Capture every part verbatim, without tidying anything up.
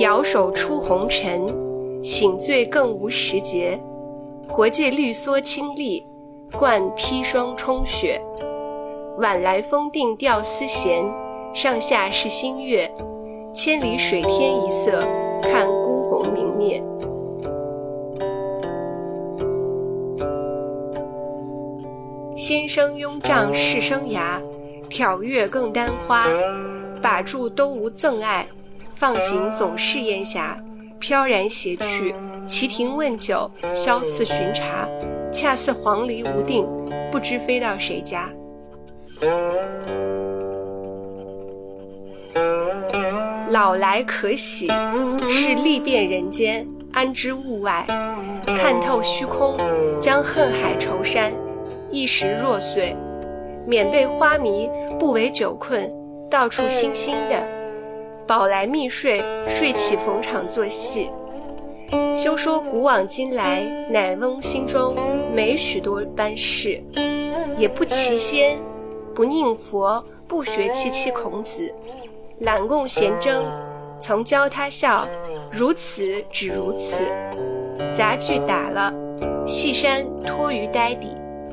摇手出红尘，醒醉更无时节。活借绿蓑清丽，惯砒霜冲雪。晚来风定钓丝弦，上下是新月。千里水天一色，看孤鸿明灭。先生拥帐试生涯，挑月更丹花。把住都无赠爱，放行总是烟霞。飘然斜去，旗亭问酒，萧寺巡茶。恰似黄鹂无定，不知飞到谁家。老来可喜，是历遍人间，安知物外。看透虚空，将恨海愁山，一时若碎。免被花迷，不为酒困，到处星星的。饱来密睡，睡起逢场作戏。休说古往今来，乃翁心中没许多般事。也不齐仙，不宁佛，不学七七孔子。揽共闲争，曾教他笑，如此只如此。杂句打了，细山托于呆底。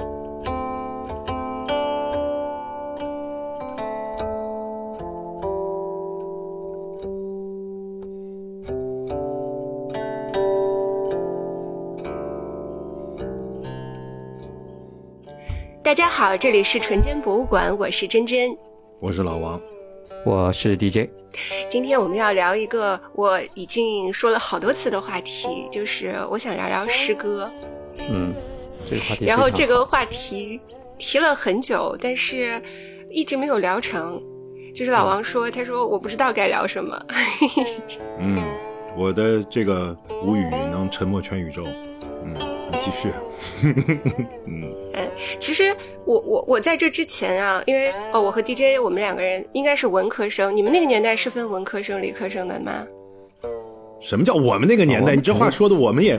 大家好，这里是纯真博物馆，我是真真， 我是老王， 我是 D J。 今天我们要聊一个我已经说了好多次的话题，就是我想聊聊诗歌。 嗯，这个话题。 然后这个话题提了很久，但是一直没有聊成。就是老王说，他说我不知道该聊什么。 嗯，我的这个无语能沉默全宇宙。嗯，你继续。嗯， 嗯，其实我我我在这之前啊，因为哦，我和 D J 我们两个人应该是文科生，你们那个年代是分文科生、理科生的吗？ 什么叫我们那个年代？哦、你这话说的我们也，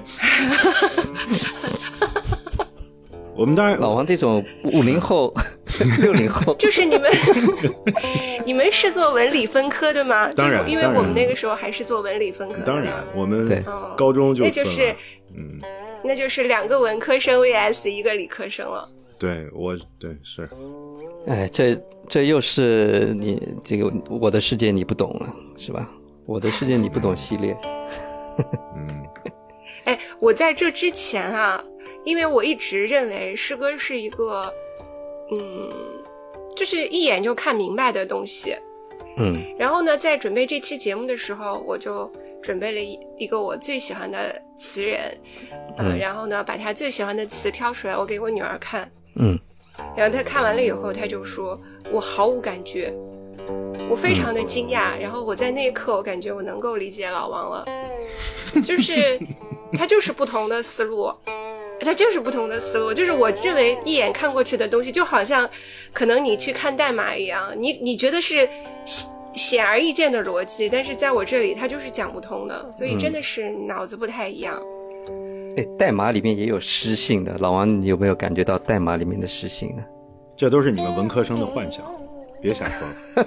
我们当然老王这种五零后、六零后， 就是你们你们是做文理分科的吗？ 当然， 因为我们那个时候还是做文理分科的。 当然，我们高中就、 哦、那就是嗯。 那就是两个文科生 V S 一个理科生了。 对，我对是。 哎，这这又是你这个我的世界你不懂了，是吧？我的世界你不懂系列。 嗯。 哎，我在这之前啊，因为我一直认为诗歌是一个，嗯，就是一眼就看明白的东西。 嗯。 然后呢，在准备这期节目的时候，我就准备了一一个我最喜欢的词人，呃、嗯，然后呢，把他最喜欢的词挑出来，我给我女儿看， 嗯， 然后她看完了以后，她就说我毫无感觉，我非常的惊讶，嗯、然后我在那一刻，我感觉我能够理解老王了，就是他就是不同的思路，他就是不同的思路，就是我认为一眼看过去的东西，就好像可能你去看代码一样，你你觉得是显而易见的逻辑，但是在我这里它就是讲不通的，所以真的是脑子不太一样。 哎、嗯，代码里面也有诗性的，老王你有没有感觉到代码里面的诗性呢？ 这都是你们文科生的幻想，别瞎说。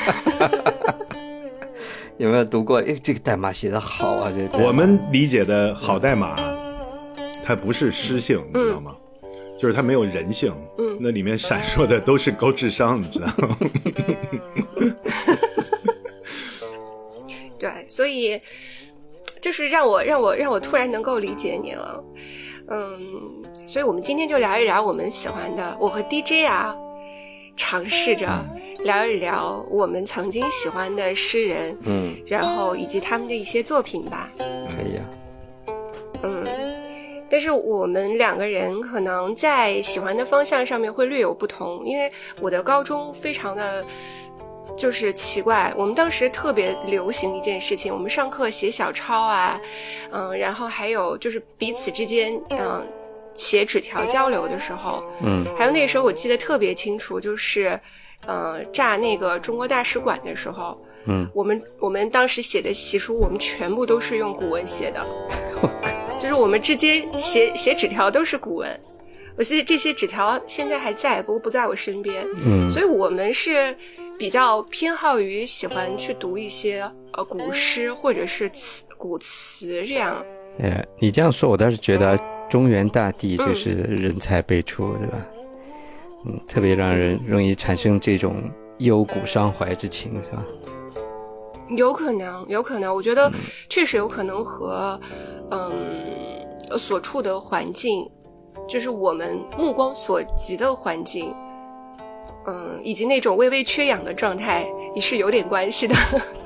有没有读过？哎，这个代码写得好啊！这个我们理解的好代码，它不是诗性，你知道吗？嗯、就是它没有人性。嗯，那里面闪烁的都是高智商，你知道吗？ 对，所以就是让我让我让我突然能够理解你了，嗯，所以我们今天就聊一聊我们喜欢的，我和 D J 啊，尝试着聊一聊我们曾经喜欢的诗人， 嗯， 然后以及他们的一些作品吧。 可以啊， 嗯，但是我们两个人可能在喜欢的方向上面会略有不同，因为我的高中非常的。就是奇怪，我们当时特别流行一件事情，我们上课写小抄啊，嗯，然后还有就是彼此之间，嗯，写纸条交流的时候， 嗯， 还有那时候我记得特别清楚，就是，呃，炸那个中国大使馆的时候， 嗯， 我们我们当时写的习书，我们全部都是用古文写的，就是我们之间写写纸条都是古文。我记得这些纸条现在还在，不过不在我身边。 嗯， 所以我们是比较偏好于喜欢去读一些呃古诗或者是词古词这样。 哎，你这样说我倒是觉得中原大地就是人才辈出、嗯、对吧？嗯，特别让人容易产生这种忧古伤怀之情，是吧？ 有可能有可能我觉得确实有可能和嗯所处的环境，就是我们目光所及的环境，嗯，以及那种微微缺氧的状态也是有点关系的。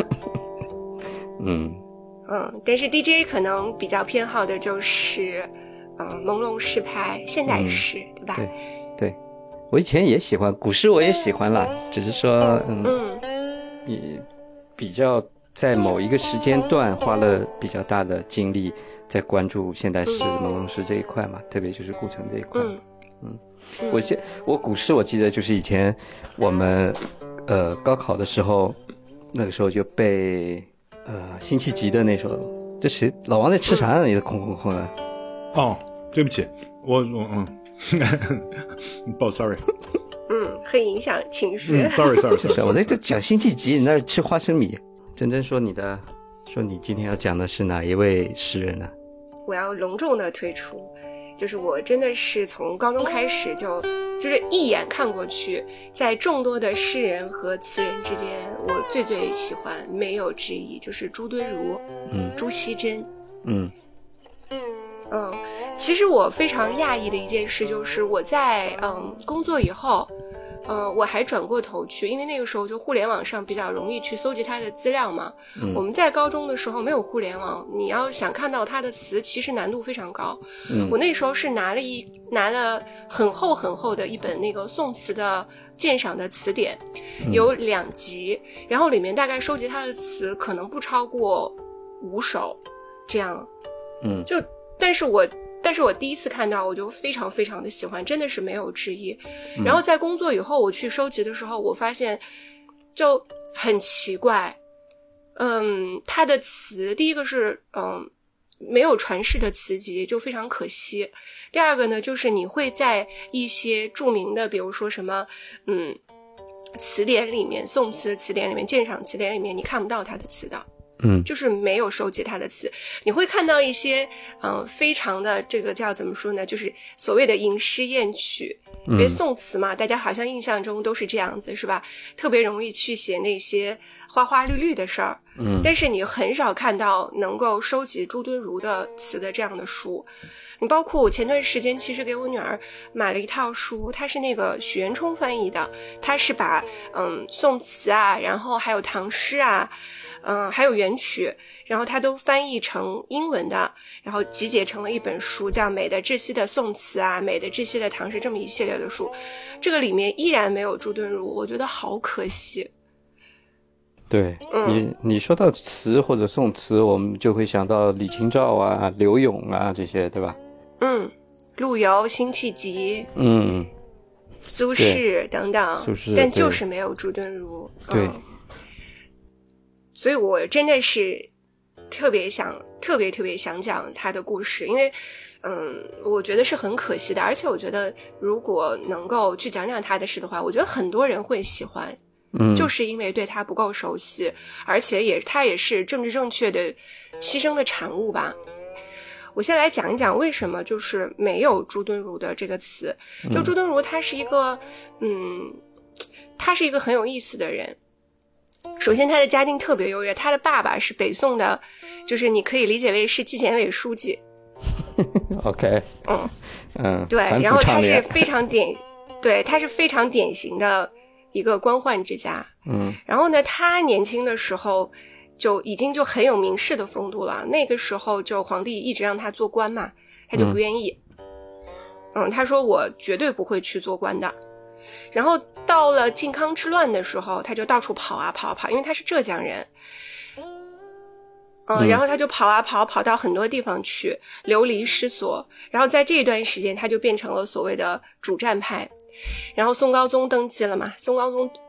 嗯嗯，但是 D J 可能比较偏好的就是嗯朦胧诗派现代诗、嗯、对吧？ 对对，我以前也喜欢古诗，我也喜欢啦，只是说嗯嗯你比较在某一个时间段花了比较大的精力在关注现代诗、嗯、朦胧诗这一块嘛，特别就是顾城这一块。嗯嗯，我记我古诗我记得就是以前我们呃高考的时候，那个时候就背呃辛弃疾的那首，这谁老王在吃啥呢？你的空空空的。 哦，对不起，我我嗯，不 ，sorry。 嗯，很影响情绪。 嗯、sorry sorry sorry， 我在这讲辛弃疾，你那儿吃花生米。真真说你的，说你今天要讲的是哪一位诗人呢？ 我要隆重的推出，就是我真的是从高中开始就就是一眼看过去，在众多的诗人和词人之间，我最最喜欢没有之一就是朱敦儒，嗯，朱熹珍，嗯嗯，其实我非常讶异的一件事就是我在嗯工作以后，嗯，我还转过头去，因为那个时候就互联网上比较容易去搜集他的资料嘛。嗯，我们在高中的时候没有互联网，你要想看到他的词，其实难度非常高。嗯，我那时候是拿了一拿了很厚很厚的一本那个宋词的鉴赏的词典，有两集，嗯，然后里面大概收集他的词可能不超过五首，这样。嗯，就但是我。但是我第一次看到我就非常非常的喜欢，真的是没有之一。然后在工作以后我去收集的时候，我发现就很奇怪，嗯，他的词第一个是嗯没有传世的词集，就非常可惜。第二个呢，就是你会在一些著名的比如说什么嗯词典里面，宋词的词典里面，鉴赏词典里面你看不到他的词的。嗯，就是没有收集他的词，你会看到一些嗯、呃、非常的这个叫怎么说呢，就是所谓的吟诗艳曲，因为宋词嘛，大家好像印象中都是这样子，是吧？特别容易去写那些花花绿绿的事儿。嗯，但是你很少看到能够收集朱敦儒的词的这样的书。你包括我前段时间其实给我女儿买了一套书，它是那个许渊冲翻译的，它是把嗯宋词啊，然后还有唐诗啊，嗯还有元曲，然后它都翻译成英文的，然后集结成了一本书，叫《美的窒息的宋词》啊，《美的窒息的唐诗》这么一系列的书。这个里面依然没有朱敦儒，我觉得好可惜。 对，嗯，你你说到词或者宋词，我们就会想到李清照啊、柳永啊这些，对吧？ 嗯，陆游、辛弃疾， 嗯， 苏轼等等， 苏轼， 但就是没有朱敦儒。 对， 嗯，所以我真的是特别想、特别特别想讲他的故事，因为，嗯，我觉得是很可惜的，而且我觉得如果能够去讲讲他的事的话，我觉得很多人会喜欢。嗯，就是因为对他不够熟悉，而且也他也是政治正确的牺牲的产物吧。我先来讲一讲为什么就是没有朱敦儒的这个词。就朱敦儒他是一个嗯他是一个很有意思的人。首先他的家境特别优越，他的爸爸是北宋的，就是你可以理解为是纪检委书记。 OK， 嗯嗯， 对，然后他是非常典对他是非常典型的一个官宦之家。嗯，然后呢他年轻的时候就已经就很有名士的风度了，那个时候就皇帝一直让他做官嘛，他就不愿意。嗯, 嗯他说我绝对不会去做官的。然后到了靖康之乱的时候，他就到处跑啊跑啊跑，因为他是浙江人。嗯，然后他就跑啊跑，跑到很多地方去，流离失所。然后在这一段时间，他就变成了所谓的主战派。然后宋高宗登基了嘛，宋高宗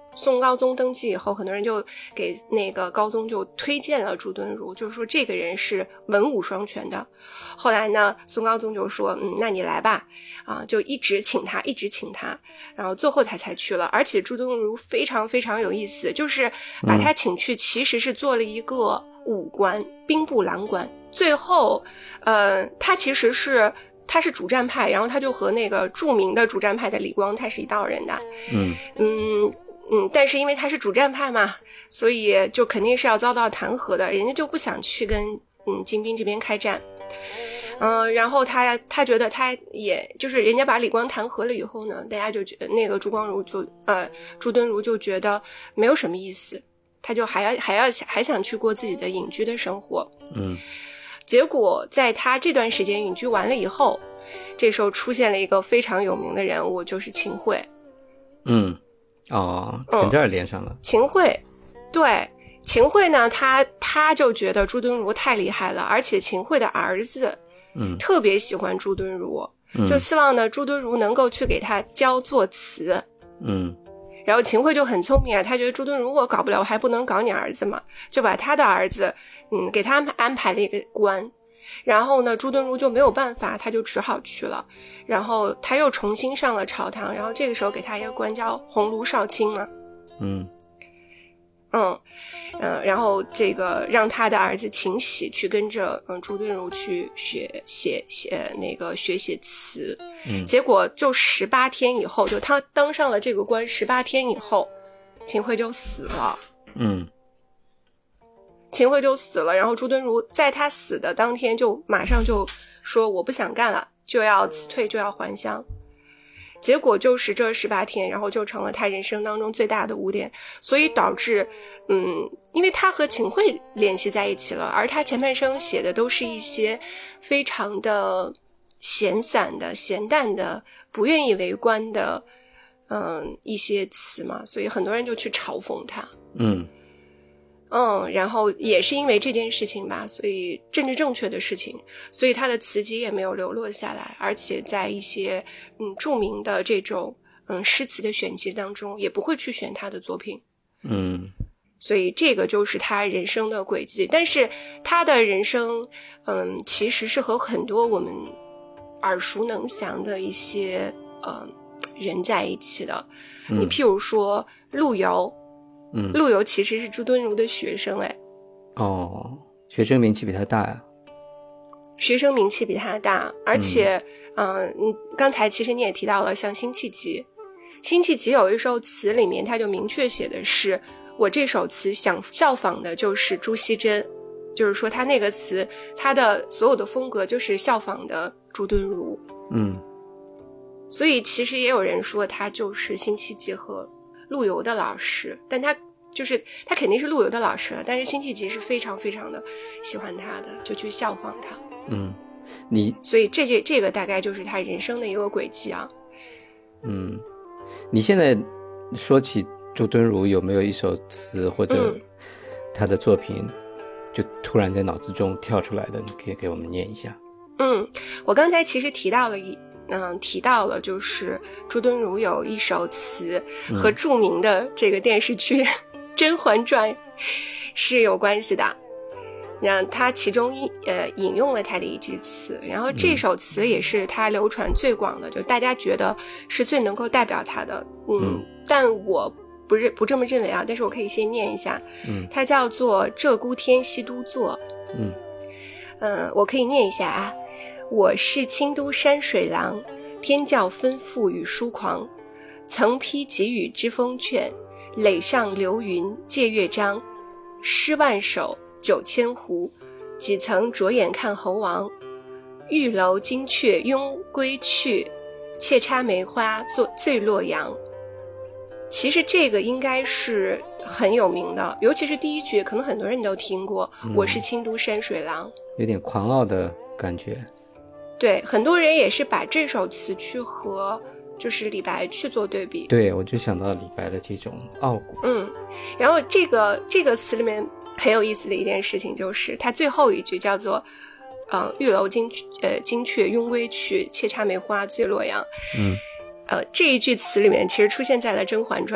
宋高宗登基以后，很多人就给那个高宗就推荐了朱敦儒，就是说这个人是文武双全的。后来呢，宋高宗就说嗯，那你来吧，啊，就一直请他一直请他，然后最后他才去了。而且朱敦儒非常非常有意思，就是把他请去其实是做了一个武官，兵部郎官。最后呃，他其实是他是主战派，然后他就和那个著名的主战派的李光泰是一道人的。 嗯嗯嗯，但是因为他是主战派嘛，所以就肯定是要遭到弹劾的，人家就不想去跟嗯金兵这边开战。嗯、呃，然后他他觉得他也就是人家把李光弹劾了以后呢，大家就觉得那个朱光儒就呃朱敦儒就觉得没有什么意思，他就还要还要还想去过自己的隐居的生活。 嗯， 结果在他这段时间隐居完了以后，这时候出现了一个非常有名的人物，就是秦桧。 嗯，哦，从这儿连上了。 嗯、秦桧，对，秦桧呢，他他就觉得朱敦儒太厉害了，而且秦桧的儿子， 嗯， 特别喜欢朱敦儒， 嗯、 就希望呢朱敦儒能够去给他教作词。 嗯， 然后秦桧就很聪明啊，他觉得朱敦儒我搞不了，我还不能搞你儿子嘛，就把他的儿子，嗯，给他安排安排了一个官。然后呢，朱敦儒就没有办法，他就只好去了。然后他又重新上了朝堂，然后这个时候给他一个官叫鸿胪少卿嘛。 嗯嗯嗯，然后这个让他的儿子秦喜去跟着嗯朱敦儒去学写写那个学写词。 嗯， 结果就十八天以后，就他当上了这个官十八天以后，秦桧就死了。 嗯。 秦桧就死了，然后朱敦儒在他死的当天就马上就说我不想干了，就要辞退，就要还乡。结果就是这十八天，然后就成了他人生当中最大的污点，所以导致嗯，因为他和秦桧联系在一起了，而他前半生写的都是一些非常的闲散的、闲淡的、不愿意为官的嗯一些词嘛，所以很多人就去嘲讽他。 嗯嗯，然后也是因为这件事情吧，所以政治正确的事情，所以他的词集也没有流落下来，而且在一些嗯著名的这种嗯诗词的选集当中，也不会去选他的作品。 嗯， 所以这个就是他人生的轨迹。但是他的人生嗯其实是和很多我们耳熟能详的一些嗯人在一起的。 嗯、 你譬如说陆游。 嗯， 陆游其实是朱敦儒的学生。哎， 哦，学生名气比他大呀、啊。 学生名气比他大，而且嗯、呃，你刚才其实你也提到了像辛弃疾，辛弃疾有一首词里面他就明确写的是，我这首词想效仿的就是朱熹珍，就是说他那个词他的所有的风格就是效仿的朱敦儒。 嗯， 所以其实也有人说他就是辛弃疾和陆游的老师，但他就是他肯定是陆游的老师了，但是辛弃疾是非常非常的喜欢他的，就去效仿他。 嗯，你所以这这这个大概就是他人生的一个轨迹啊。 嗯，你现在说起朱敦儒，有没有一首词或者他的作品、嗯、就突然在脑子中跳出来的，你可以给我们念一下？ 嗯，我刚才其实提到了一嗯，提到了就是朱敦儒有一首词和著名的这个电视剧《甄嬛传》是有关系的。那他其中一呃引用了他的一句词，然后这首词也是他流传最广的，就大家觉得是最能够代表他的。嗯，嗯但我不认不这么认为啊，但是我可以先念一下。 嗯， 它叫做《鹧鸪天·西都作》。 嗯嗯，我可以念一下啊。我是清都山水郎，天教吩咐与疏狂，曾批给予之风卷，垒上流云借乐章，诗万首九千壶，几曾着眼看侯王，玉楼金阙拥归去，妾插梅花作醉洛阳。其实这个应该是很有名的，尤其是第一句可能很多人都听过、嗯、我是清都山水郎， 有点狂傲的感觉。 对，很多人也是把这首词去和就是李白去做对比。 对，我就想到李白的这种傲骨。 嗯，然后这个这个词里面很有意思的一件事情就是它最后一句叫做呃，玉楼金呃金阙拥归去，妾插梅花醉洛阳。 嗯， 呃，这一句词里面其实出现在了《甄嬛传》。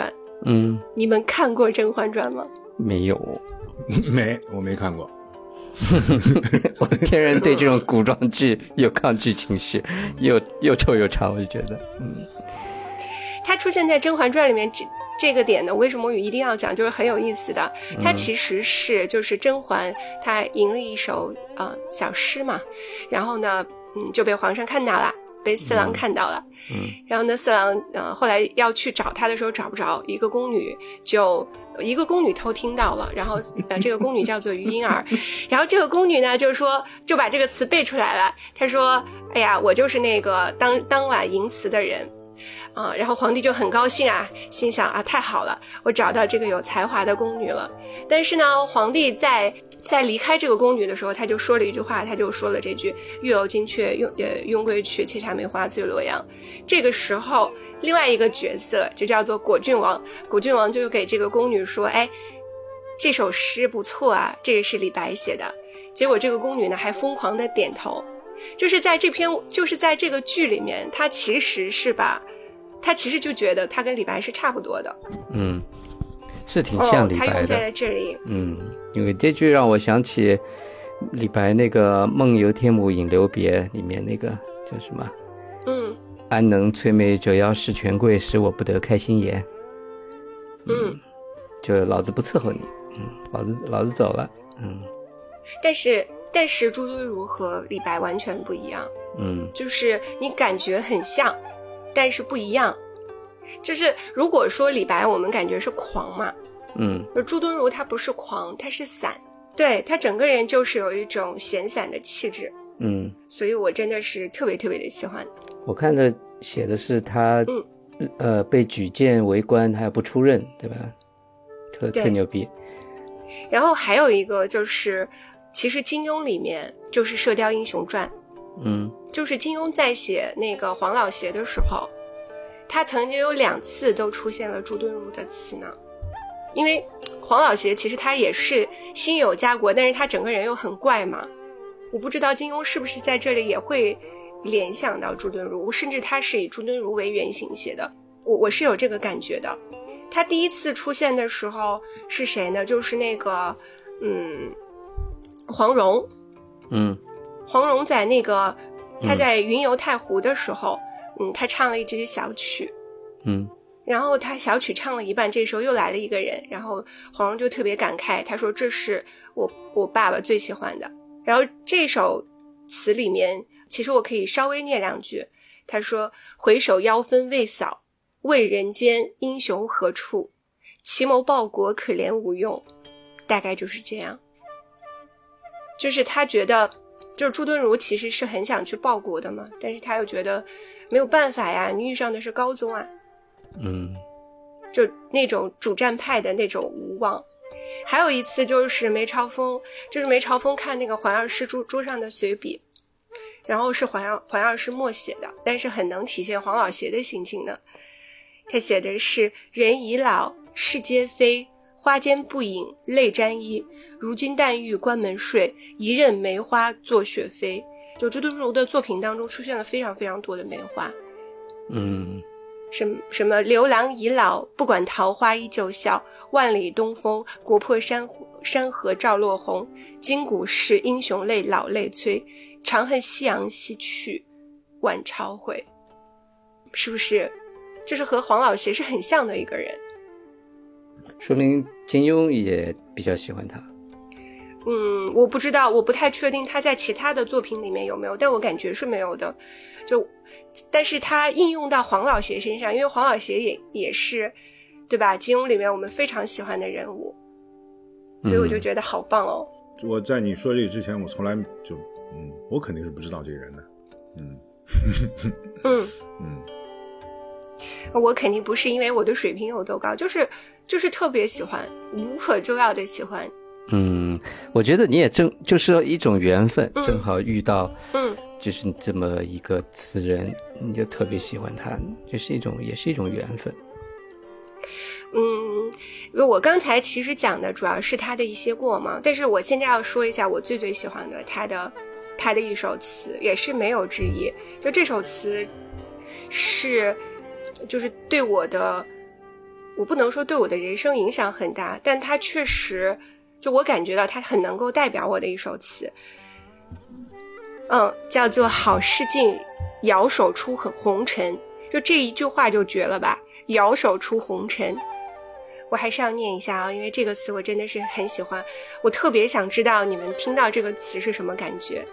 嗯， 你们看过《甄嬛传》吗？ 没有， 没，我没看过。 我天然对这种古装剧有抗拒情绪，又又臭又长，我就觉得，嗯， 它出现在《甄嬛传》里面这这个点呢，为什么我一定要讲，就是很有意思的。它其实是就是甄嬛她吟了一首呃小诗嘛，然后呢，嗯，就被皇上看到了，被四郎看到了， 嗯， 然后呢，四郎呃后来要去找他的时候找不着，一个宫女就。一个宫女偷听到了，然后呃，这个宫女叫做余莺儿，然后这个宫女呢就说就把这个词背出来了。她说：“哎呀，我就是那个当当晚吟词的人啊。呃”然后皇帝就很高兴啊，心想啊，太好了，我找到这个有才华的宫女了。但是呢，皇帝在在离开这个宫女的时候，他就说了一句话，他就说了这句“月有金阙，拥呃拥归去，窃插梅花醉洛阳”。这个时候。另外一个角色就叫做果郡王，果郡王就给这个宫女说，哎，这首诗不错啊，这个是李白写的。结果这个宫女呢还疯狂的点头，就是在这篇就是在这个剧里面，她其实是把她其实就觉得她跟李白是差不多的。 嗯，是挺像李白的。 她、哦、用在了这里。 嗯，因为这句让我想起李白那个梦游天姥引留别里面那个叫什么？ 嗯。 安能摧眉折腰事权贵，使我不得开心颜。 嗯，嗯就老子不伺候你，嗯，老子老子走了，嗯。 但是但是朱敦儒和李白完全不一样， 嗯， 就是你感觉很像，但是不一样。就是如果说李白我们感觉是狂嘛， 嗯， 而朱敦儒他不是狂，他是散，对，他整个人就是有一种闲散的气质， 嗯， 所以我真的是特别特别的喜欢。 我看着写的是他， 嗯， 呃，被举荐为官还不出任，对吧？特特牛逼。 然后还有一个就是，其实金庸里面就是《射雕英雄传》， 嗯， 就是金庸在写那个黄老邪的时候，他曾经有两次都出现了朱敦儒的词呢。因为黄老邪其实他也是心有家国，但是他整个人又很怪嘛。我不知道金庸是不是在这里也会联想到朱敦儒，甚至他是以朱敦儒为原型写的，我我是有这个感觉的。他第一次出现的时候是谁呢？就是那个嗯黄蓉， 嗯， 黄蓉在那个他在云游太湖的时候，嗯，他唱了一支小曲， 嗯， 然后他小曲唱了一半，这时候又来了一个人，然后黄蓉就特别感慨，他说这是我我爸爸最喜欢的。然后这首词里面其实我可以稍微念两句，他说回首腰分未扫，问人间英雄何处，奇谋报国可怜无用，大概就是这样。就是他觉得就是朱敦儒其实是很想去报国的嘛，但是他又觉得没有办法呀，你遇上的是高宗啊， 嗯， 就那种主战派的那种无望。还有一次就是梅超风，就是梅超风看那个环儿诗桌桌上的随笔，然后是环儿环儿诗默写的，但是很能体现黄老邪的心情的。他写的是人已老事皆非，花间不饮泪沾衣，如今但欲关门睡，一任梅花作雪飞。就朱敦儒的作品当中出现了非常非常多的梅花， 嗯， 什么什么刘郎已老，不管桃花依旧笑，万里东风，国破山山河照落红，今古是英雄泪，老泪催，长恨夕阳西去，晚朝回。是不是就是和黄老邪是很像的一个人？ 说明金庸也比较喜欢他。 嗯，我不知道，我不太确定他在其他的作品里面有没有，但我感觉是没有的。就，但是他应用到黄老邪身上，因为黄老邪也也是，对吧？金庸里面我们非常喜欢的人物，所以我就觉得好棒哦。 嗯、我在你说这个之前，我从来就，嗯，我肯定是不知道这个人的，嗯， 嗯嗯， 我肯定不是因为我的水平有多高，就是就是特别喜欢，无可救药的喜欢。 嗯，我觉得你也正就是一种缘分， 嗯、 正好遇到， 嗯， 就是这么一个词人，你就特别喜欢他，就是一种也是一种缘分。 嗯，因为我刚才其实讲的主要是他的一些过嘛，但是我现在要说一下我最最喜欢的他的他的一首词，也是没有之一。就这首词是就是对我的我不能说对我的人生影响很大，但它确实就我感觉到它很能够代表我的一首词。嗯，叫做好事尽摇手出红尘，就这一句话就绝了吧，摇手出红尘。我还是要念一下啊，因为这个词我真的是很喜欢，我特别想知道你们听到这个词是什么感觉。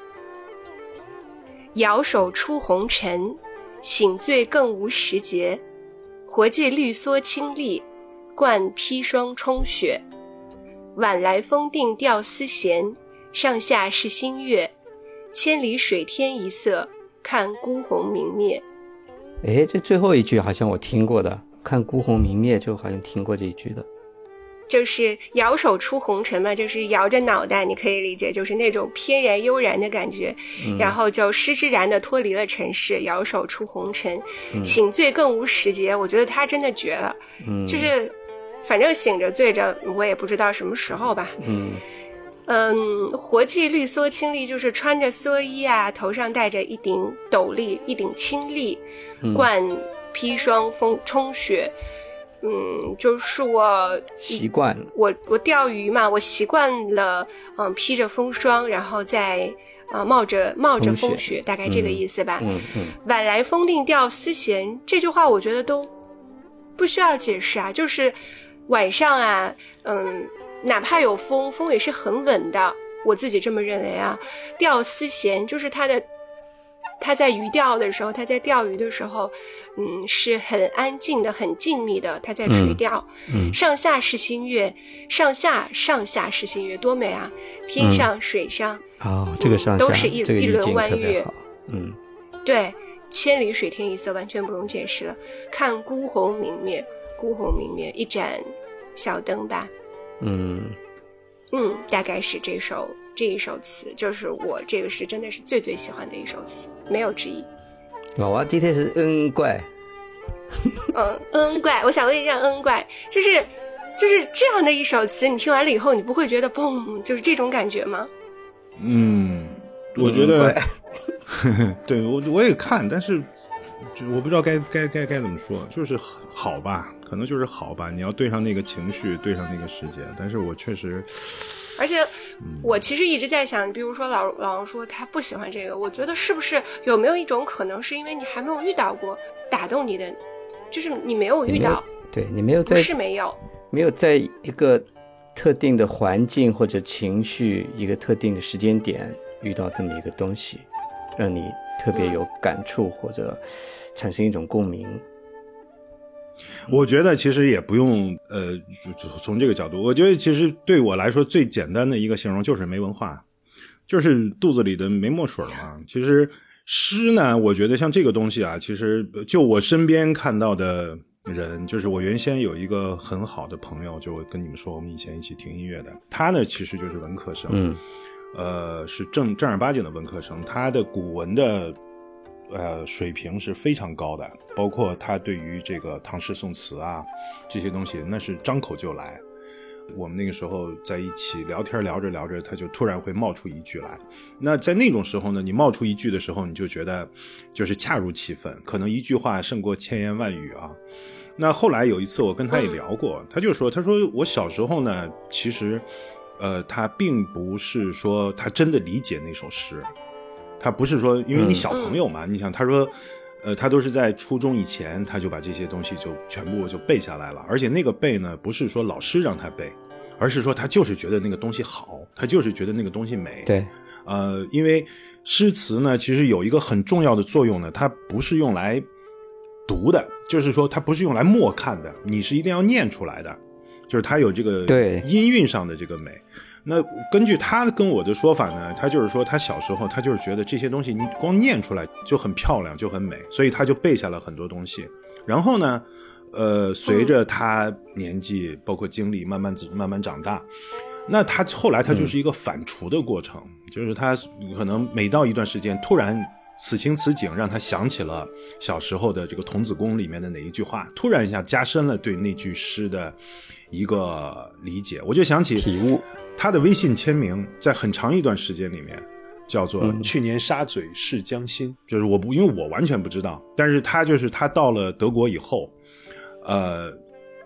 摇手出红尘，醒醉更无时节，活借绿蓑清丽，冠砒霜冲雪。晚来风定调丝弦，上下是新月，千里水天一色，看孤鸿明灭。 诶，这最后一句好像我听过的，看孤鸿明灭就好像听过这一句的。 就是摇手出红尘嘛，就是摇着脑袋，你可以理解就是那种翩然悠然的感觉、嗯、然后就施施然的脱离了尘世，摇手出红尘、嗯、醒醉更无时节，我觉得他真的绝了、嗯、就是反正醒着醉着我也不知道什么时候吧。嗯嗯，活计绿蓑清丽，就是穿着蓑衣啊，头上戴着一顶斗笠，一顶青笠，冠砒霜风冲雪。嗯，就是我习惯我我钓鱼嘛，我习惯了，嗯，披着风霜，然后再呃冒着冒着风雪，大概这个意思吧。嗯嗯。晚来风定调丝弦，这句话我觉得都不需要解释啊，就是晚上啊，嗯，哪怕有风，风也是很稳的，我自己这么认为啊。调丝弦就是它的。他在鱼钓的时候，他在钓鱼的时候，嗯，是很安静的，很静谧的，他在垂钓、嗯嗯、上下是新月，上下上下是新月，多美啊，天上、嗯、水上哦，这个上下、 嗯、都是一、 这个、 一轮弯月， 嗯， 对，千里水天一色，完全不用解释了。看孤鸿明灭，孤鸿明灭，一盏小灯吧， 嗯嗯，大概是这首这一首词，就是我这个是真的是最最喜欢的一首词，没有之一。 我今天是恩怪， 嗯，恩怪，我想问一下恩怪，就是就是这样的一首词，你听完了以后，你不会觉得嘣，就是这种感觉吗？ 嗯，我觉得，对我我也看，但是我不知道该该该该怎么说，就是好吧，可能就是好吧。你要对上那个情绪，对上那个时间，但是我确实。 而且我其实一直在想，比如说老老王说他不喜欢这个，我觉得是不是有没有一种可能是因为你还没有遇到过打动你的，就是你没有遇到， 你对你没有在， 不是没有没有在一个特定的环境或者情绪一个特定的时间点遇到这么一个东西，让你特别有感触、嗯、或者产生一种共鸣。 我觉得其实也不用呃从这个角度，我觉得其实对我来说最简单的一个形容就是没文化，就是肚子里的没墨水嘛。其实诗呢，我觉得像这个东西啊，其实就我身边看到的人，就是我原先有一个很好的朋友，就跟你们说我们以前一起听音乐的，他呢其实就是文科生，嗯，呃是正正儿八经的文科生，他的古文的呃，水平是非常高的，包括他对于这个唐诗宋词啊这些东西，那是张口就来。我们那个时候在一起聊天，聊着聊着，他就突然会冒出一句来。那在那种时候呢，你冒出一句的时候，你就觉得就是恰如其分，可能一句话胜过千言万语啊。那后来有一次我跟他也聊过，他就说，他说我小时候呢，其实，呃，他并不是说他真的理解那首诗。他不是说因为你小朋友嘛、嗯、你想他说呃，他都是在初中以前他就把这些东西就全部就背下来了，而且那个背呢不是说老师让他背，而是说他就是觉得那个东西好，他就是觉得那个东西美。 对， 呃，因为诗词呢其实有一个很重要的作用呢，它不是用来读的，就是说它不是用来默看的，你是一定要念出来的，就是它有这个音韵上的这个美。那根据他跟我的说法呢，他就是说他小时候他就是觉得这些东西你光念出来就很漂亮就很美，所以他就背下了很多东西。然后呢呃，随着他年纪包括经历慢慢慢慢长大，那他后来他就是一个反刍的过程、嗯、就是他可能每到一段时间突然此情此景让他想起了小时候的这个童子功里面的哪一句话，突然一下加深了对那句诗的一个理解。我就想起体悟， 他的微信签名在很长一段时间里面叫做去年沙嘴是江心、嗯、就是我不因为我完全不知道，但是他就是他到了德国以后呃，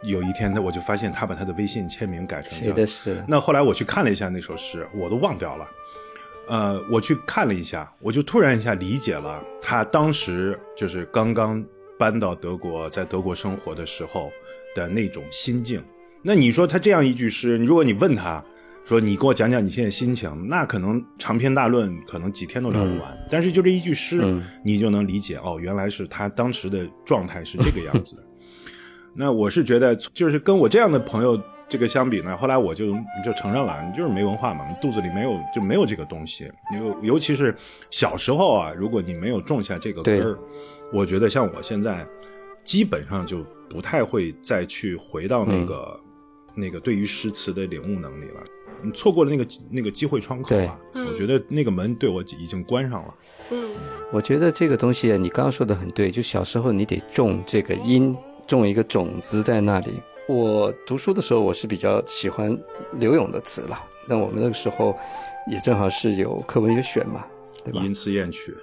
有一天呢，我就发现他把他的微信签名改成谁的诗？ 那后来我去看了一下那首诗，我都忘掉了。呃，我去看了一下，我就突然一下理解了他当时就是刚刚搬到德国，在德国生活的时候的那种心境。那你说他这样一句诗，如果你问他说你给我讲讲你现在心情，那可能长篇大论，可能几天都聊不完。嗯、但是就这一句诗、嗯，你就能理解哦，原来是他当时的状态是这个样子的。那我是觉得，就是跟我这样的朋友这个相比呢，后来我就就承认了，你就是没文化嘛，你肚子里没有就没有这个东西。尤尤其是小时候啊，如果你没有种下这个根儿，我觉得像我现在基本上就不太会再去回到那个、嗯、那个对于诗词的领悟能力了。你错过了那个那个机会窗口啊，我觉得那个门对我已经关上了。 嗯，我觉得这个东西你刚刚说的很对，就小时候你得种这个因，种一个种子在那里。我读书的时候我是比较喜欢柳永的词了，但我们那个时候也正好是有课文有选嘛，对吧？ 淫词艳曲。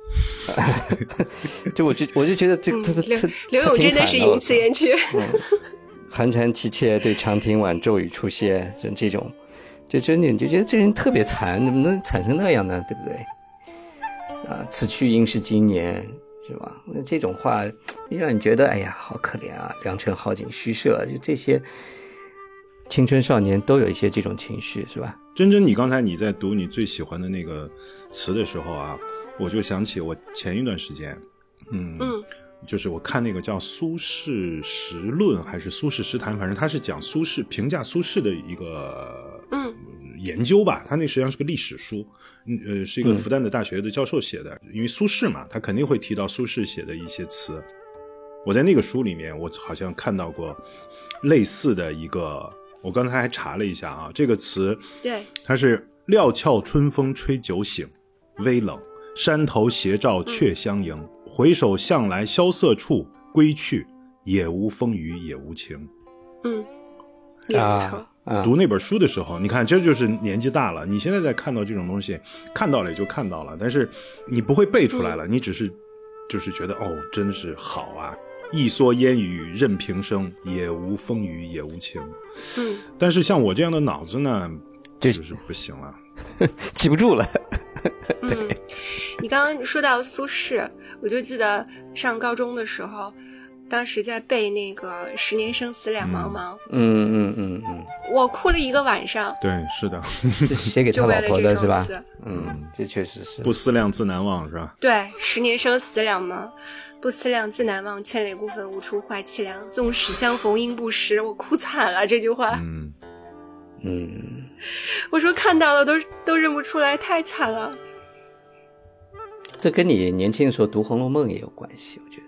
就我就我就觉得这他、嗯、他柳永真的是淫词艳曲。 嗯，寒蝉凄切对长亭晚，骤雨初歇，就这种，就真的你就觉得这人特别惨，怎么能惨成那样呢？对不对？啊，此去应是今年。是吧？那这种话让你觉得哎呀好可怜啊，良辰好景虚设，就这些青春少年都有一些这种情绪，是吧？ 真真，你刚才你在读你最喜欢的那个词的时候啊，我就想起我前一段时间嗯嗯，就是我看那个叫苏轼实论还是苏轼实谈，反正他是讲苏轼评价苏轼的一个嗯研究吧，他那实际上是个历史书，呃，是一个复旦的大学的教授写的、嗯、因为苏轼嘛，他肯定会提到苏轼写的一些词。我在那个书里面我好像看到过类似的一个，我刚才还查了一下啊，这个词对， 它是料峭春风吹酒醒，微冷山头斜照却相迎、嗯、回首向来萧瑟处，归去也无风雨也无晴。 嗯，也不错。 读那本书的时候，你看这就是年纪大了，你现在在看到这种东西，看到了也就看到了，但是你不会背出来了、嗯、你只是就是觉得哦真是好啊，一蓑烟雨任平生，也无风雨也无晴。嗯，但是像我这样的脑子呢就是不行了， 记不住了。 嗯，你刚刚说到苏轼，我就记得上高中的时候当时在背那个十年生死两茫茫， 嗯嗯嗯嗯， 我哭了一个晚上。 对，是的， 这是写给他老婆的是吧？嗯，这确实是。 不思量，自难忘，是吧？ 对，十年生死两茫，不思量，自难忘。千里孤坟，无处话凄凉。纵使相逢应不识，我哭惨了这句话。 嗯嗯， 我说看到了都都认不出来，太惨了。 这跟你年轻的时候读《红楼梦》也有关系，我觉得。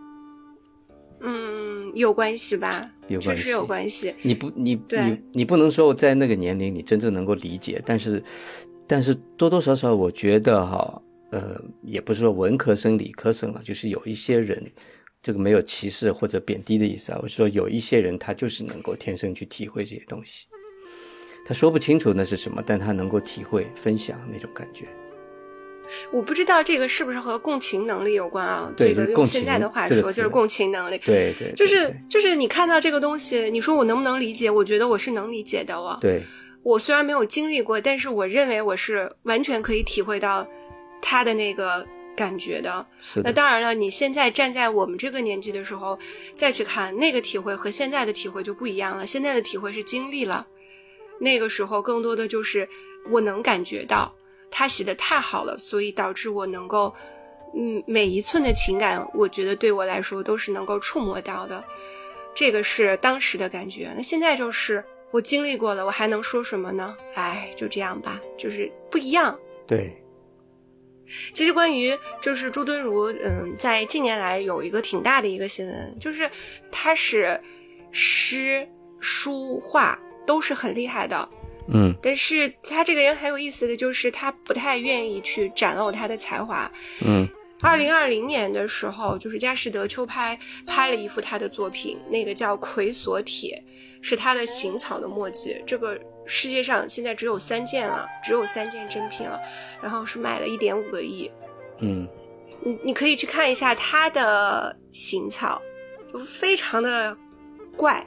嗯，有关系吧？ 有关系， 确实有关系。 你不，你你你不能说在那个年龄你真正能够理解，但是，但是多多少少我觉得哈，呃，也不是说文科生、理科生了，就是有一些人，这个没有歧视或者贬低的意思啊。我说有一些人他就是能够天生去体会这些东西，他说不清楚那是什么，但他能够体会、分享那种感觉。 我不知道这个是不是和共情能力有关啊？ 对， 这个用现在的话说、这个、就是共情能力。 对 对, 对， 就是就是你看到这个东西，你说我能不能理解？我觉得我是能理解的哦。 对， 我虽然没有经历过，但是我认为我是完全可以体会到他的那个感觉的。 是的。 那当然了，你现在站在我们这个年纪的时候再去看那个体会，和现在的体会就不一样了。现在的体会是经历了，那个时候更多的就是我能感觉到。他写的太好了，所以导致我能够嗯，每一寸的情感我觉得对我来说都是能够触摸到的，这个是当时的感觉。那现在就是我经历过了，我还能说什么呢？哎，就这样吧，就是不一样。 对， 其实关于就是朱敦儒嗯，在近年来有一个挺大的一个新闻，就是他是诗书画都是很厉害的， 嗯， 但是他这个人很有意思的就是他不太愿意去展露他的才华。 嗯， 二零二零年的时候，就是佳士得秋拍拍了一幅他的作品，那个叫《葵所帖》，是他的行草的墨迹。这个世界上现在只有三件了，只有三件真品了，然后是卖了一点五个亿。 嗯， 你你可以去看一下他的行草，就非常的怪。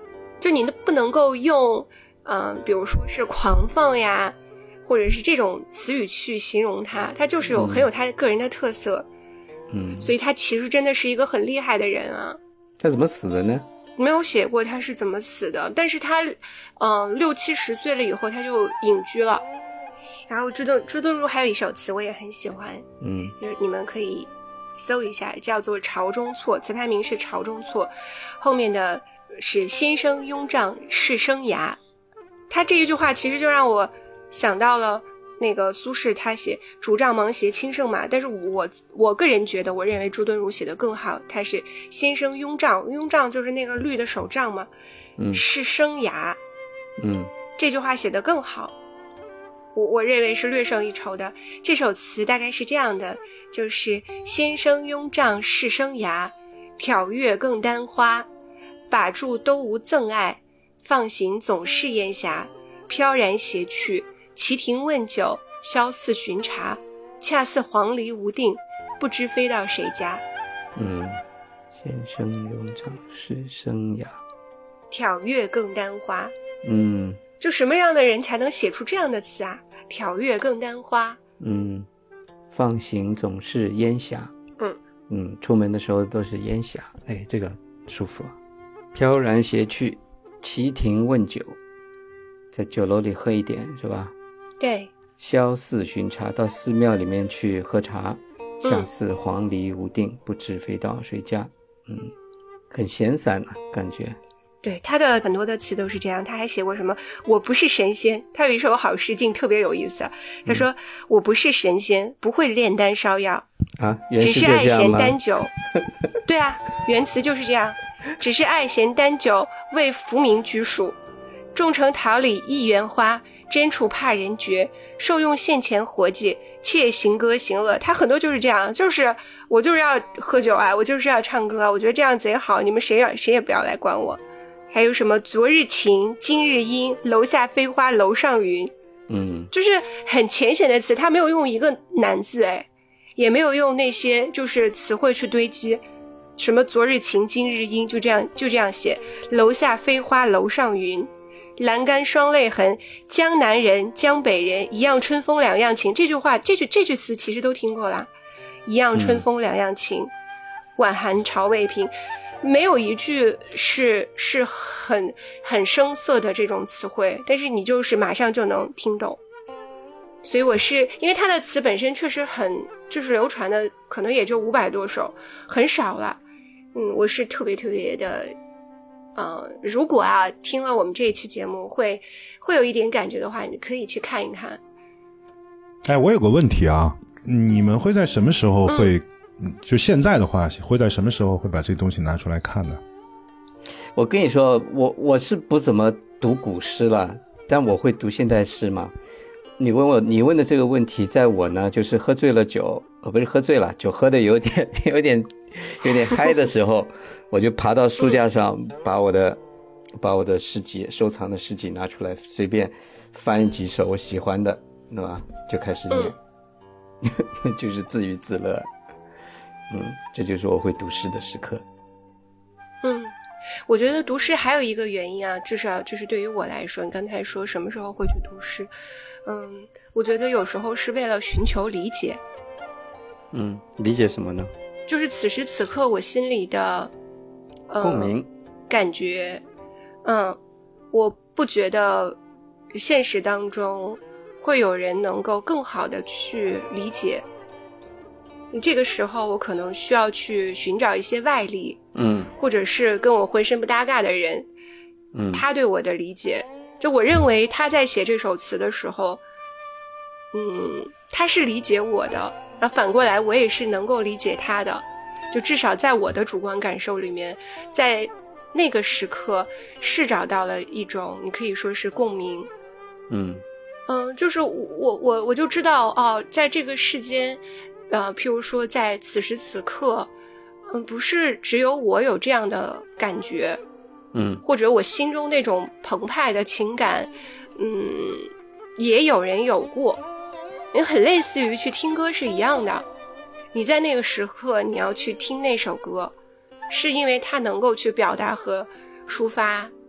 就你不能够用嗯、呃，比如说是狂放呀或者是这种词语去形容他，他就是有、嗯、很有他个人的特色。 嗯， 所以他其实真的是一个很厉害的人啊。 他怎么死的呢？ 没有写过他是怎么死的，但是他嗯、呃、六七十岁了以后他就隐居了。然后朱敦朱敦儒还有一首词我也很喜欢， 嗯， 就是你们可以搜一下，叫做《朝中错》，词牌名是《朝中错》，后面的是先生拥帐是生涯。他这一句话其实就让我想到了那个苏轼他写竹杖芒鞋轻胜马，但是我我个人觉得我认为朱敦儒写的更好，他是先生拥帐，拥帐就是那个绿的手杖嘛， 嗯， 是生涯， 嗯， 这句话写得更好，我我认为是略胜一筹的。这首词大概是这样的，就是先生拥帐是生涯，挑月更丹花，把住都无憎爱，放行总是烟霞，飘然斜去，旗亭问酒，萧寺巡查，恰似黄鹂无定，不知飞到谁家。 嗯，先生拥帐是生涯， 挑月更丹花。 嗯， 就什么样的人才能写出这样的词啊？挑月更丹花。 嗯，放行总是烟霞。 嗯嗯，出门的时候都是烟霞，哎，这个舒服。飘然斜去，旗亭问酒，在酒楼里喝一点是吧？ 对。 萧寺巡查，到寺庙里面去喝茶，恰似黄鹂无定，不知飞到谁家。嗯，很闲散啊，感觉。 对，他的很多的词都是这样。他还写过什么我不是神仙，他有一首好诗境特别有意思，他说、嗯、我不是神仙，不会炼丹烧药啊， 只是爱嫌丹酒对啊，原词就是这样，只是爱嫌丹酒为浮名居属，种成桃李一园花，真处怕人觉，受用现钱活计，妾行歌行乐。他很多就是这样，就是我就是要喝酒啊，我就是要唱歌啊，我觉得这样贼好，你们谁也谁也不要来管我。还有什么昨日晴今日阴，楼下飞花楼上云。 嗯， 就是很浅显的词，他没有用一个难字，哎，也没有用那些就是词汇去堆积，什么昨日晴今日阴，就这样就这样写，楼下飞花楼上云，栏杆双泪痕，江南人江北人一样春风两样情。这句话这句这句词其实都听过啦，一样春风两样情、嗯、晚寒潮未平，没有一句是是很很生涩的这种词汇，但是你就是马上就能听懂。所以我是因为他的词本身确实很就是流传的可能也就五百多首，很少了。嗯，我是特别特别的呃，如果啊听了我们这一期节目会会有一点感觉的话，你可以去看一看。 哎，我有个问题啊，你们会在什么时候会、嗯、就现在的话会在什么时候会把这东西拿出来看呢？ 我跟你说，我我是不怎么读古诗了，但我会读现代诗嘛。你问我你问的这个问题，在我呢就是喝醉了酒，呃不是喝醉了，酒喝的有点有点有点嗨的时候，我就爬到书架上，把我的把我的诗集收藏的诗集拿出来，随便翻几首我喜欢的，对吧？就开始念，嗯、就是自娱自乐。嗯，这就是我会读诗的时刻。 嗯，我觉得读诗还有一个原因啊，至少就是对于我来说，你刚才说什么时候会去读诗，嗯，我觉得有时候是为了寻求理解。 嗯，理解什么呢？ 就是此时此刻我心里的、呃、 共鸣感觉。嗯，我不觉得现实当中会有人能够更好的去理解，这个时候我可能需要去寻找一些外力， 嗯， 或者是跟我浑身不搭嘎的人， 嗯，他对我的理解，就我认为他在写这首词的时候，嗯，他是理解我的，那反过来我也是能够理解他的，就至少在我的主观感受里面，在那个时刻是找到了一种你可以说是共鸣。 嗯嗯，就是我我我就知道哦，在这个世间呃，譬如说在此时此刻，嗯，不是只有我有这样的感觉， 嗯， 或者我心中那种澎湃的情感，嗯，也有人有过，也很类似于去听歌是一样的。你在那个时刻你要去听那首歌，是因为它能够去表达和抒发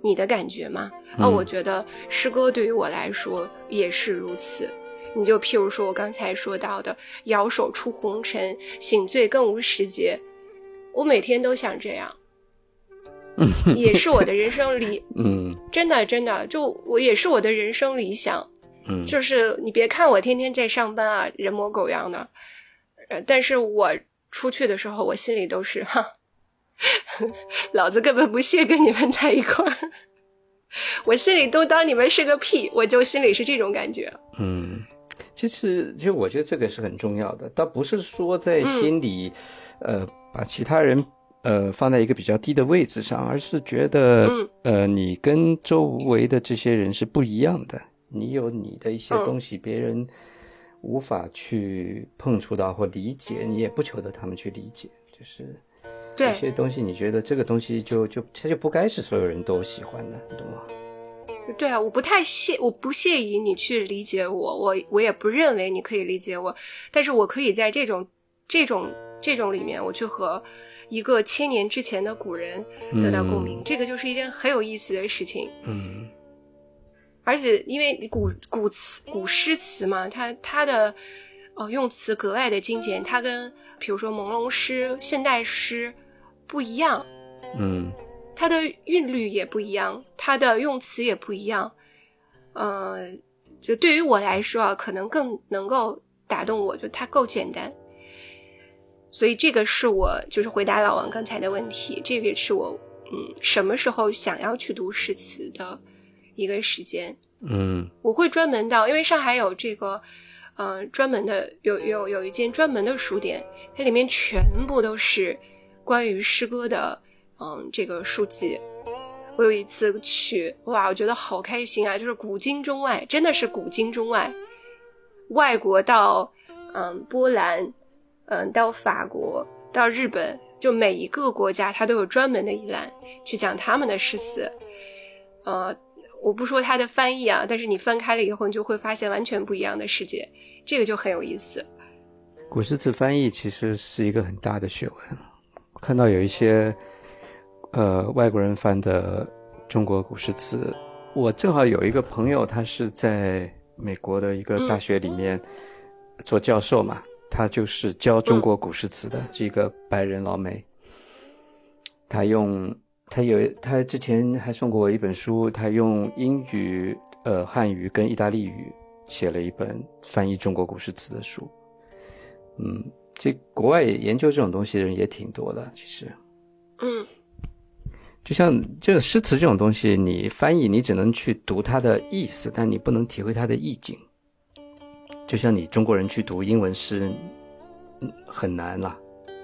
你的感觉吗？啊、哦，我觉得诗歌对于我来说也是如此。你就譬如说我刚才说到的摇手出红尘，醒醉更无时节，我每天都想这样，也是我的人生理嗯，真的真的就我也是我的人生理想。嗯，就是你别看我天天在上班啊，人模狗样的，呃，但是我出去的时候我心里都是哈，老子根本不屑跟你们在一块儿，我心里都当你们是个屁，我就心里是这种感觉。 嗯，其实其实我觉得这个是很重要的，倒不是说在心里、嗯、呃把其他人呃放在一个比较低的位置上，而是觉得、嗯、呃你跟周围的这些人是不一样的，你有你的一些东西、嗯、别人无法去碰触到或理解，你也不求得他们去理解，就是对有些东西你觉得这个东西就就它就不该是所有人都喜欢的，你懂吗？ 对啊，我不太屑，我不屑于你去理解我，我我也不认为你可以理解我，但是我可以在这种这种这种里面，我去和一个千年之前的古人得到共鸣、嗯、这个就是一件很有意思的事情。嗯，而且因为古古词古诗词嘛，它它的呃用词格外的精简，它跟比如说朦胧诗、现代诗不一样。嗯。它的韵律也不一样，它的用词也不一样，呃，就对于我来说啊，可能更能够打动我，就它够简单，所以这个是我就是回答老王刚才的问题，这个也是我嗯什么时候想要去读诗词的一个时间。嗯，我会专门到，因为上海有这个呃专门的有有有一间专门的书店，它里面全部都是关于诗歌的。嗯，这个书籍，我有一次去，哇，我觉得好开心啊！就是古今中外，真的是古今中外，外国到嗯波兰，嗯到法国，到日本，就每一个国家它都有专门的一栏去讲他们的诗词。呃，我不说它的翻译啊，但是你翻开了以后，你就会发现完全不一样的世界，这个就很有意思。 古诗词翻译其实是一个很大的学问，看到有一些。呃，外国人翻的中国古诗词，我正好有一个朋友，他是在美国的一个大学里面做教授嘛，嗯、他就是教中国古诗词的，是、嗯、一个白人老美。他用他有他之前还送过我一本书，他用英语、呃汉语跟意大利语写了一本翻译中国古诗词的书。嗯，这国外研究这种东西的人也挺多的，其实。嗯。就像这个诗词这种东西，你翻译你只能去读它的意思，但你不能体会它的意境。就像你中国人去读英文诗，很难了。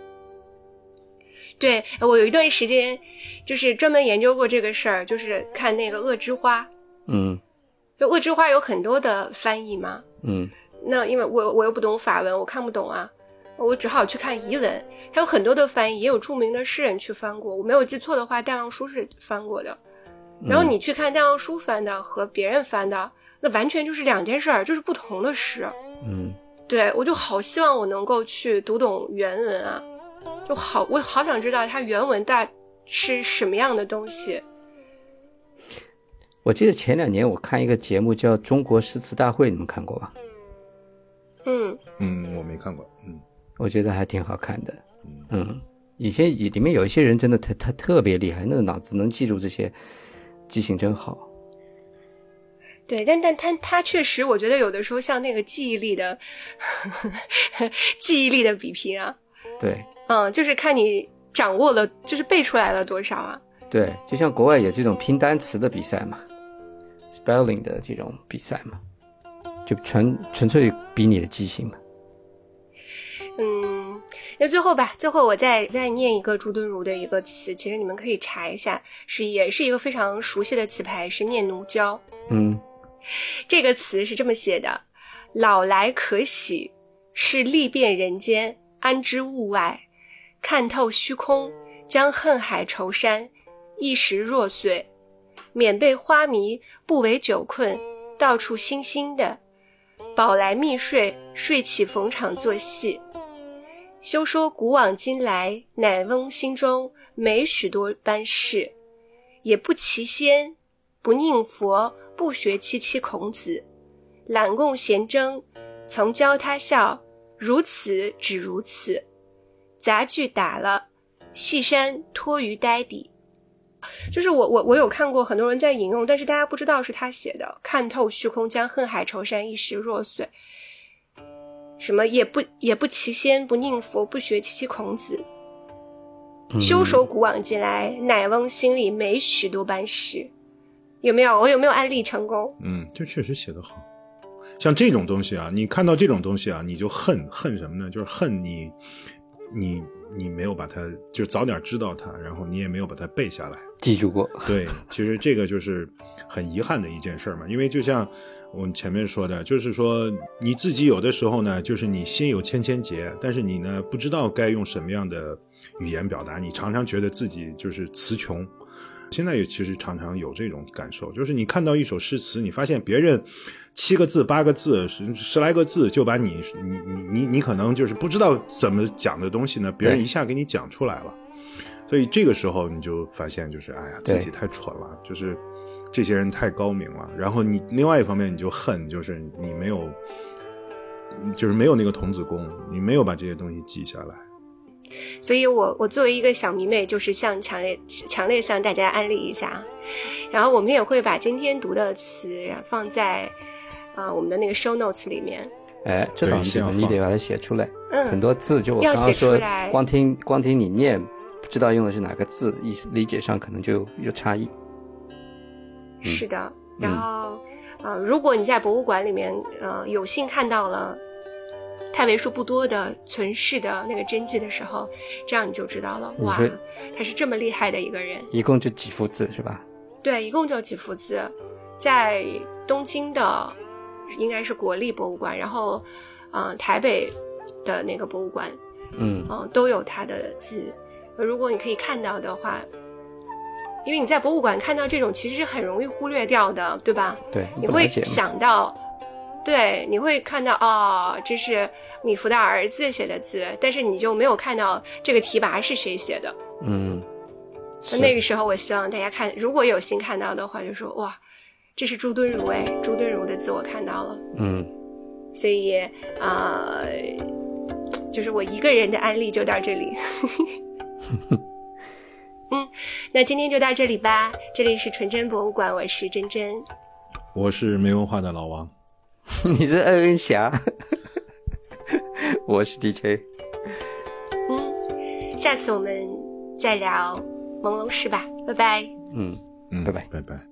对，我有一段时间就是专门研究过这个事儿，就是看那个《恶之花》。嗯，就《恶之花》有很多的翻译嘛。嗯，那因为我我又不懂法文，我看不懂啊。我只好去看遗文，它有很多的翻译，也有著名的诗人去翻过，我没有记错的话，戴望舒是翻过的。然后你去看戴望舒翻的和别人翻的，那完全就是两件事儿，就是不同的诗。嗯，对，我就好希望我能够去读懂原文啊，就好，我好想知道它原文大是什么样的东西。 我记得前两年我看一个节目叫《中国诗词大会》，你们看过吧？ 嗯嗯，我没看过。嗯。 我觉得还挺好看的，嗯，以前里面有一些人真的他他特别厉害，那个脑子能记住这些，记性真好。 对，但但他他确实，我觉得有的时候像那个记忆力的呵呵记忆力的比拼啊， 对， 嗯，就是看你掌握了，就是背出来了多少啊。 对，就像国外有这种拼单词的比赛嘛 ，spelling 的这种比赛嘛，就纯纯粹比你的记性嘛。 嗯，那最后吧，最后我再再念一个朱敦儒的一个词，其实你们可以查一下，是也是一个非常熟悉的词牌，是念奴娇。嗯，这个词是这么写的：老来可喜，是历遍人间，安知物外？看透虚空，将恨海愁山，一时若遂，免被花迷，不为久困，到处星星的，饱来密睡，睡起逢场作戏。休说古往今来，乃翁心中没许多般事， 也不齐先，不佞佛，不学戚戚孔子。揽共闲争，曾教他笑，如此只如此。杂句打了，细山托于呆底。就是我我我有看过很多人在引用，但是大家不知道是他写的。看透虚空，将恨海愁山，一时若遂。什么也不也不齐先，不佞佛，不学戚戚孔子。修手古往今来，乃翁心里没许多般事。有没有？我有没有案例成功？ 嗯，这确实写得好。像这种东西啊，你看到这种东西啊，你就恨恨什么呢？就是恨你，你你没有把它，就早点知道它，然后你也没有把它背下来， 记住过。 对，其实这个就是很遗憾的一件事嘛。因为就像我们前面说的，就是说你自己有的时候呢，就是你心有千千结，但是你呢不知道该用什么样的语言表达，你常常觉得自己就是词穷。现在也其实常常有这种感受，就是你看到一首诗词，你发现别人七个字八个字十十来个字就把你你你你你可能就是不知道怎么讲的东西呢，别人一下给你讲出来了。所以这个时候你就发现就是哎呀自己太蠢了，就是这些人太高明了。然后你另外一方面你就恨，就是你没有就是没有那个童子功，你没有把这些东西记下来。 所以我我作为一个小迷妹，就是向强烈强烈向大家安利一下，然后我们也会把今天读的词放在呃我们的那个 show notes 里面。 哎，这倒是你得把它写出来。 嗯， 很多字就我刚刚说，光听光听你念，不知道用的是哪个字，意思理解上可能就有差异。 嗯、是的，然后、嗯、呃，如果你在博物馆里面呃有幸看到了太为数不多的存世的那个真迹的时候，这样你就知道了，哇，他是这么厉害的一个人。 一共就几幅字是吧？ 对，一共就几幅字，在东京的应该是国立博物馆，然后呃台北的那个博物馆， 嗯、 呃、都有他的字。如果你可以看到的话，因为你在博物馆看到这种其实是很容易忽略掉的，对吧？ 对， 你会想到对，你会看到哦，这是米芾的儿子写的字，但是你就没有看到这个题跋是谁写的。 嗯， 那个时候我希望大家看，如果有幸看到的话，就说哇，这是朱敦儒哎，朱敦儒的字我看到了。 嗯， 所以呃，就是我一个人的案例就到这里。嗯，那今天就到这里吧。这里是纯真博物馆，我是真真， 我是没文化的老王。 你是恩恩侠。我是 D J。 嗯，下次我们再聊朦胧诗吧，拜拜。 嗯嗯， 拜拜拜拜。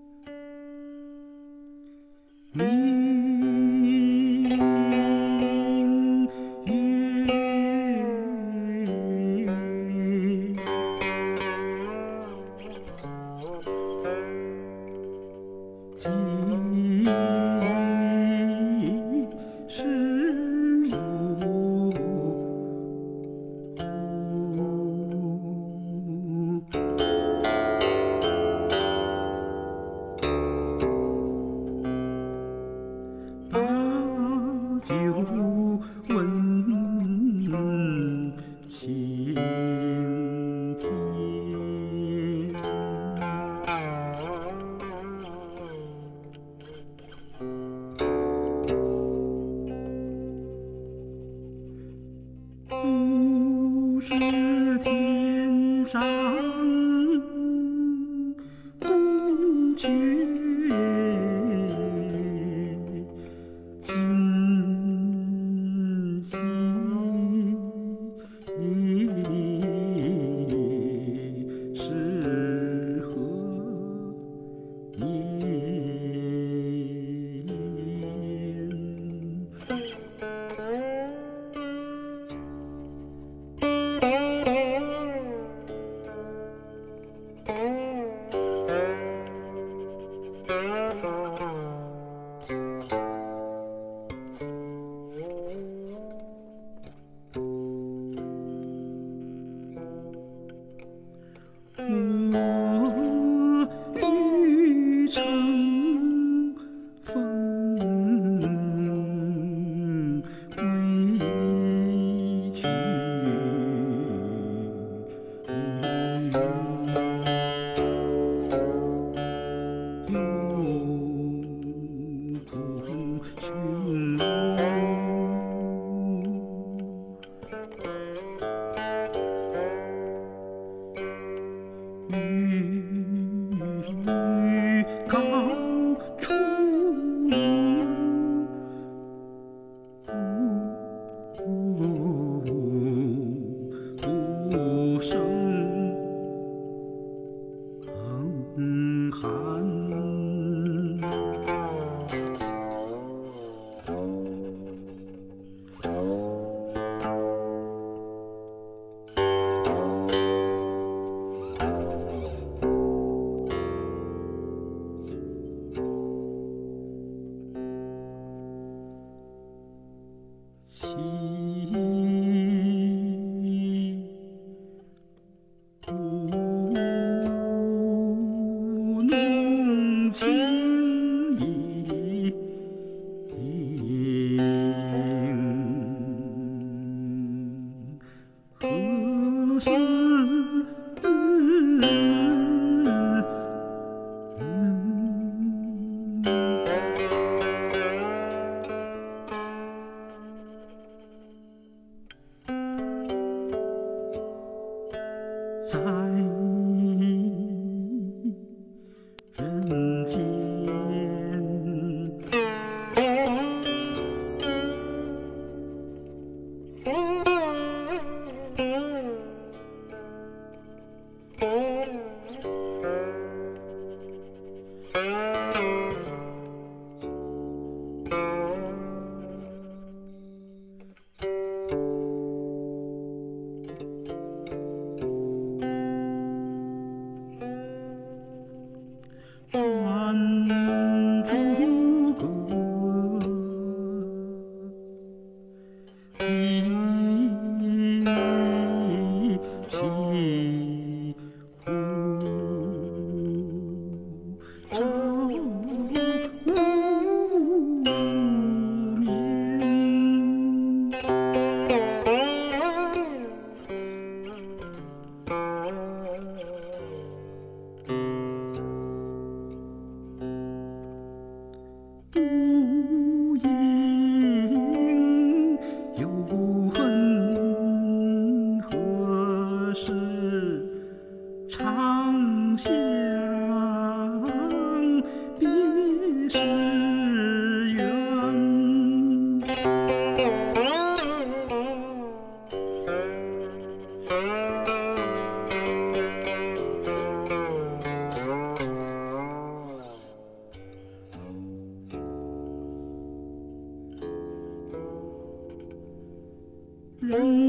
高处无声寒。在人间，专诸葛一西湖，照无眠。不应有恨，何时长相别时圆。人